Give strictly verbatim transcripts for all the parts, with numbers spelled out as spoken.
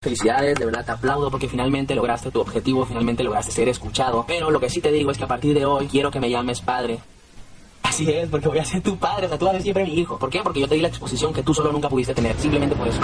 Felicidades, de verdad te aplaudo porque finalmente lograste tu objetivo, finalmente lograste ser escuchado. Pero lo que sí te digo es que a partir de hoy quiero que me llames padre. Así es, porque voy a ser tu padre, o sea, tú vas a ser siempre mi hijo. ¿Por qué? Porque yo te di la exposición que tú solo nunca pudiste tener, simplemente por eso.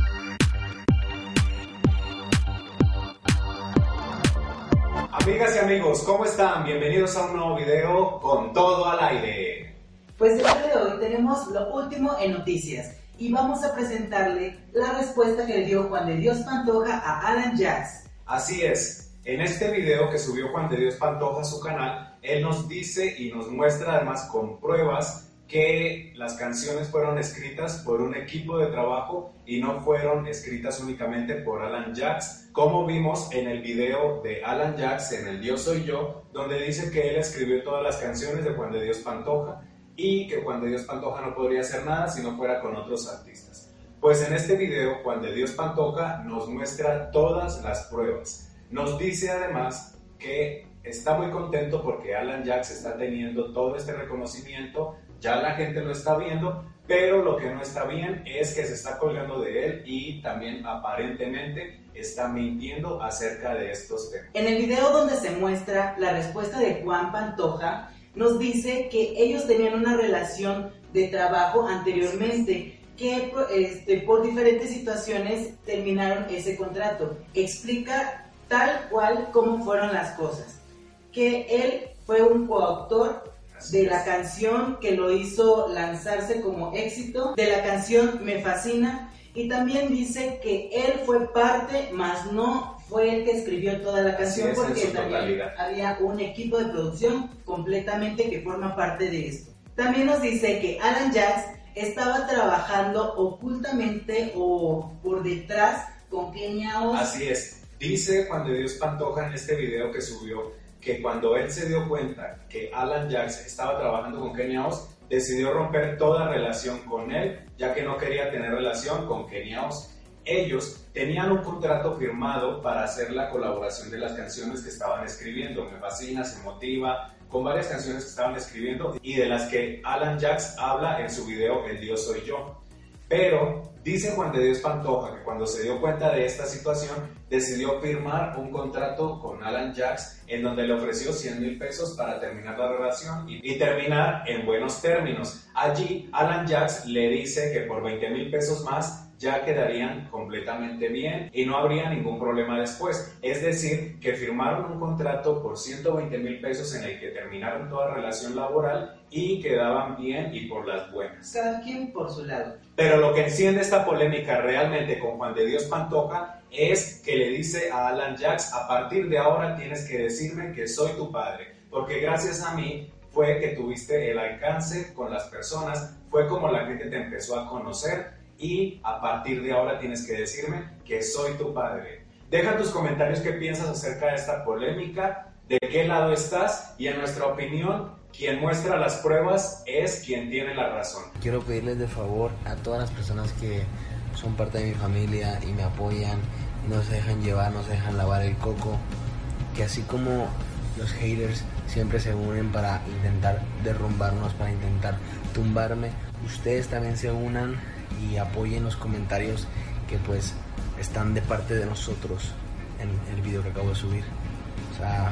Amigas y amigos, ¿cómo están? Bienvenidos a un nuevo video con todo al aire. Pues el día de hoy tenemos lo último en noticias y vamos a presentarle la respuesta que le dio Juan de Dios Pantoja a Alan Jax. Así es, en este video que subió Juan de Dios Pantoja a su canal, él nos dice y nos muestra además con pruebas que las canciones fueron escritas por un equipo de trabajo y no fueron escritas únicamente por Alan Jax, como vimos en el video de Alan Jax en el Dios Soy Yo, donde dice que él escribió todas las canciones de Juan de Dios Pantoja y que Juan de Dios Pantoja no podría hacer nada si no fuera con otros artistas. Pues en este video Juan de Dios Pantoja nos muestra todas las pruebas. Nos dice además que está muy contento porque Alan Jax está teniendo todo este reconocimiento, ya la gente lo está viendo, pero lo que no está bien es que se está colgando de él y también aparentemente está mintiendo acerca de estos temas. En el video donde se muestra la respuesta de Juan Pantoja, nos dice que ellos tenían una relación de trabajo anteriormente, que este, por diferentes situaciones terminaron ese contrato. Explica tal cual cómo fueron las cosas, que él fue un coautor de la canción que lo hizo lanzarse como éxito, de la canción Me Fascina, y también dice que él fue parte, más no fue el que escribió toda la canción, es, porque en también totalidad había un equipo de producción completamente que forma parte de esto. También nos dice que Alan Jax estaba trabajando ocultamente o por detrás con Kenia Oz. Así es, dice Juan de Dios Pantoja en este video que subió que cuando él se dio cuenta que Alan Jax estaba trabajando con Kenia Oz, decidió romper toda relación con él, ya que no quería tener relación con Kenia Oz. Ellos tenían un contrato firmado para hacer la colaboración de las canciones que estaban escribiendo, Me Fascina, Se Motiva, con varias canciones que estaban escribiendo y de las que Alan Jax habla en su video El Dios Soy Yo. Pero dice Juan de Dios Pantoja que cuando se dio cuenta de esta situación decidió firmar un contrato con Alan Jax en donde le ofreció cien mil pesos para terminar la relación y, y terminar en buenos términos. Allí Alan Jax le dice que por veinte mil pesos más ya quedarían completamente bien y no habría ningún problema después. Es decir, que firmaron un contrato por ciento veinte mil pesos en el que terminaron toda relación laboral y quedaban bien y por las buenas. Cada quien por su lado. Pero lo que enciende esta polémica realmente con Juan de Dios Pantoja es que le dice a Alan Jax: a partir de ahora tienes que decirme que soy tu padre, porque gracias a mí fue que tuviste el alcance con las personas, fue como la gente te empezó a conocer y a partir de ahora tienes que decirme que soy tu padre. Deja tus comentarios qué piensas acerca de esta polémica, de qué lado estás y en nuestra opinión, quien muestra las pruebas es quien tiene la razón. Quiero pedirles de favor a todas las personas que son parte de mi familia y me apoyan, no se dejan llevar, no se dejan lavar el coco, que así como los haters siempre se unen para intentar derrumbarnos, para intentar tumbarme, ustedes también se unan y apoyen los comentarios que pues están de parte de nosotros en el video que acabo de subir. O sea,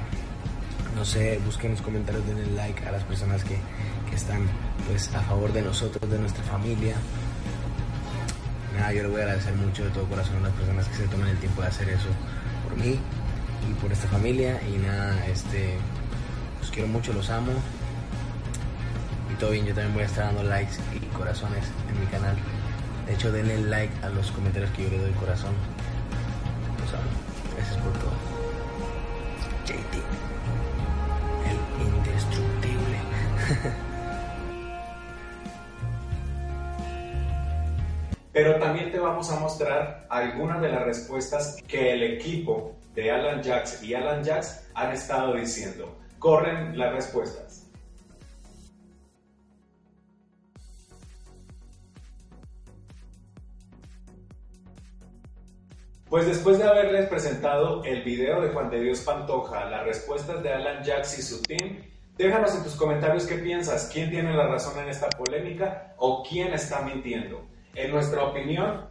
no sé, busquen los comentarios, denle like a las personas que, que están pues a favor de nosotros, de nuestra familia. Nada, yo le voy a agradecer mucho de todo corazón a las personas que se toman el tiempo de hacer eso por mí y por esta familia. Y nada, este, los quiero mucho, los amo. Y todo bien, yo también voy a estar dando likes y corazones en mi canal. De hecho, denle like a los comentarios que yo le doy corazón. Los amo. Gracias por todo. J T, el indestructible. Pero también te vamos a mostrar algunas de las respuestas que el equipo de Alan Jax y Alan Jax han estado diciendo. Corren las respuestas. Pues después de haberles presentado el video de Juan de Dios Pantoja, las respuestas de Alan Jax y su team, déjanos en tus comentarios qué piensas, quién tiene la razón en esta polémica o quién está mintiendo. En nuestra opinión,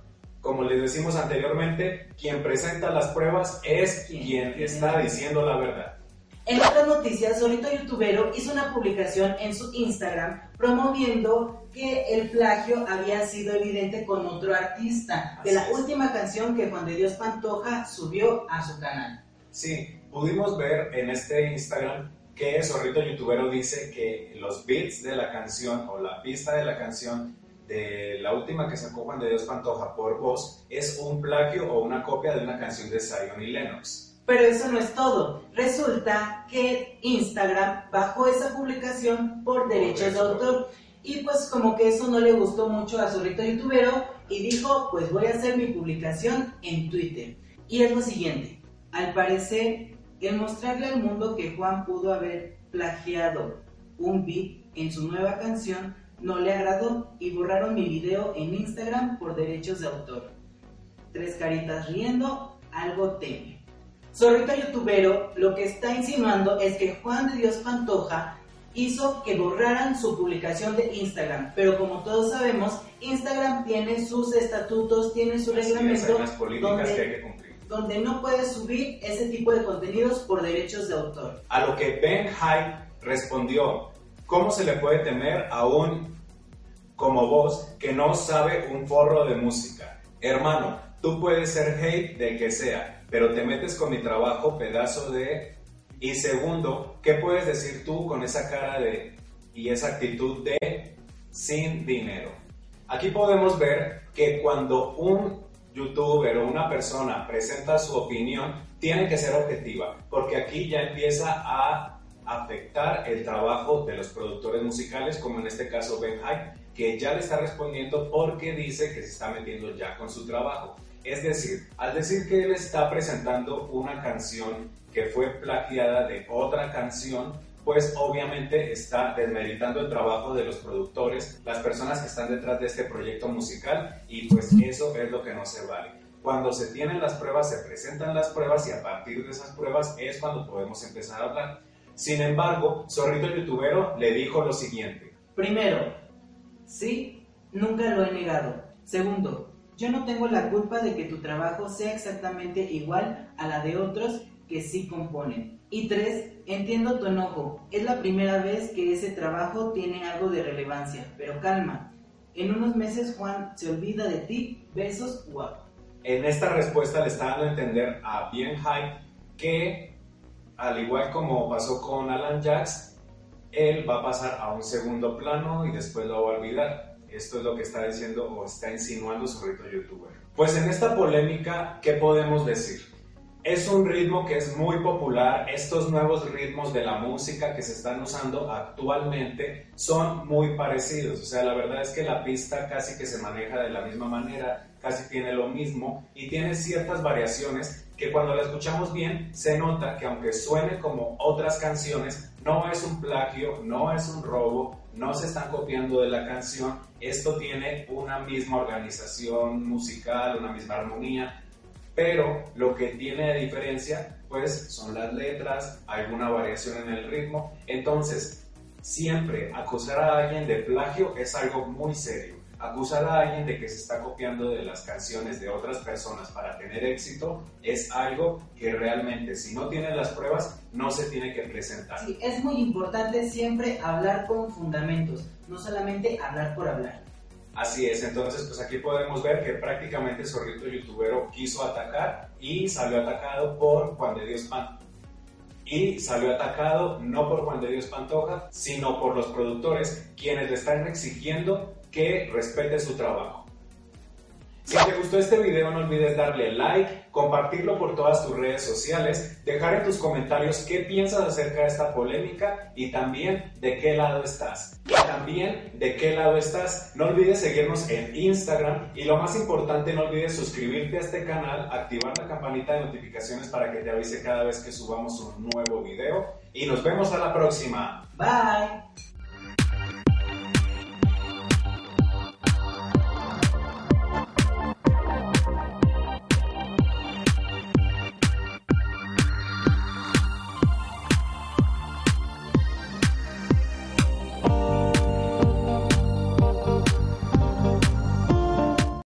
como les decimos anteriormente, quien presenta las pruebas es quien está diciendo la verdad. En otras noticias, Zorrito Youtubero hizo una publicación en su Instagram promoviendo que el plagio había sido evidente con otro artista de la última canción que Juan de Dios Pantoja subió a su canal. Sí, pudimos ver en este Instagram que Zorrito Youtubero dice que los beats de la canción o la pista de la canción de la última que sacó Juan de Dios Pantoja por voz es un plagio o una copia de una canción de Zion y Lennox. Pero eso no es todo. Resulta que Instagram bajó esa publicación por derechos de autor y pues como que eso no le gustó mucho a Zorrito Youtubero y dijo, pues voy a hacer mi publicación en Twitter. Y es lo siguiente, al parecer el mostrarle al mundo que Juan pudo haber plagiado un beat en su nueva canción no le agradó y borraron mi video en Instagram por derechos de autor. Tres caritas riendo, algo teme. Zorrito Youtubero lo que está insinuando es que Juan de Dios Pantoja hizo que borraran su publicación de Instagram, pero como todos sabemos, Instagram tiene sus estatutos, tiene su reglamento donde, donde no puedes subir ese tipo de contenidos por derechos de autor. A lo que Ben Hype respondió, ¿cómo se le puede temer a un como vos que no sabe un forro de música? Hermano, tú puedes ser hate del que sea, pero te metes con mi trabajo, pedazo de... Y segundo, ¿qué puedes decir tú con esa cara de... y esa actitud de... sin dinero? Aquí podemos ver que cuando un youtuber o una persona presenta su opinión, tiene que ser objetiva, porque aquí ya empieza a afectar el trabajo de los productores musicales, como en este caso Ben Hype, que ya le está respondiendo porque dice que se está metiendo ya con su trabajo. Es decir, al decir que él está presentando una canción que fue plagiada de otra canción, pues obviamente está desmeritando el trabajo de los productores, las personas que están detrás de este proyecto musical, y pues eso es lo que no se vale. Cuando se tienen las pruebas, se presentan las pruebas y a partir de esas pruebas es cuando podemos empezar a hablar. Sin embargo, Zorrito Youtubero le dijo lo siguiente. Primero, sí, nunca lo he negado. Segundo, yo no tengo la culpa de que tu trabajo sea exactamente igual a la de otros que sí componen. Y tres, entiendo tu enojo. Es la primera vez que ese trabajo tiene algo de relevancia, pero calma. En unos meses Juan se olvida de ti. Besos, guapo. En esta respuesta le está dando a entender a Ben Hype que, al igual como pasó con Alan Jax, él va a pasar a un segundo plano y después lo va a olvidar. Esto es lo que está diciendo o está insinuando Zorrito Youtubero. Pues en esta polémica, ¿qué podemos decir? Es un ritmo que es muy popular. Estos nuevos ritmos de la música que se están usando actualmente son muy parecidos. O sea, la verdad es que la pista casi que se maneja de la misma manera, casi tiene lo mismo y tiene ciertas variaciones que cuando la escuchamos bien se nota que aunque suene como otras canciones, no es un plagio, no es un robo, no se están copiando de la canción. Esto tiene una misma organización musical, una misma armonía, pero lo que tiene de diferencia pues son las letras, alguna variación en el ritmo. Entonces, siempre acusar a alguien de plagio es algo muy serio. Acusar a alguien de que se está copiando de las canciones de otras personas para tener éxito es algo que realmente, si no tiene las pruebas, no se tiene que presentar. Sí, es muy importante siempre hablar con fundamentos, no solamente hablar por hablar. Así es, entonces pues aquí podemos ver que prácticamente Zorrito Youtubero quiso atacar y salió atacado por Juan de Dios Pantoja. Y salió atacado no por Juan de Dios Pantoja, sino por los productores, quienes le están exigiendo que respete su trabajo. Si te gustó este video, no olvides darle like, compartirlo por todas tus redes sociales, dejar en tus comentarios qué piensas acerca de esta polémica y también de qué lado estás. Y también de qué lado estás. No olvides seguirnos en Instagram y lo más importante, no olvides suscribirte a este canal, activar la campanita de notificaciones para que te avise cada vez que subamos un nuevo video y nos vemos a la próxima. Bye.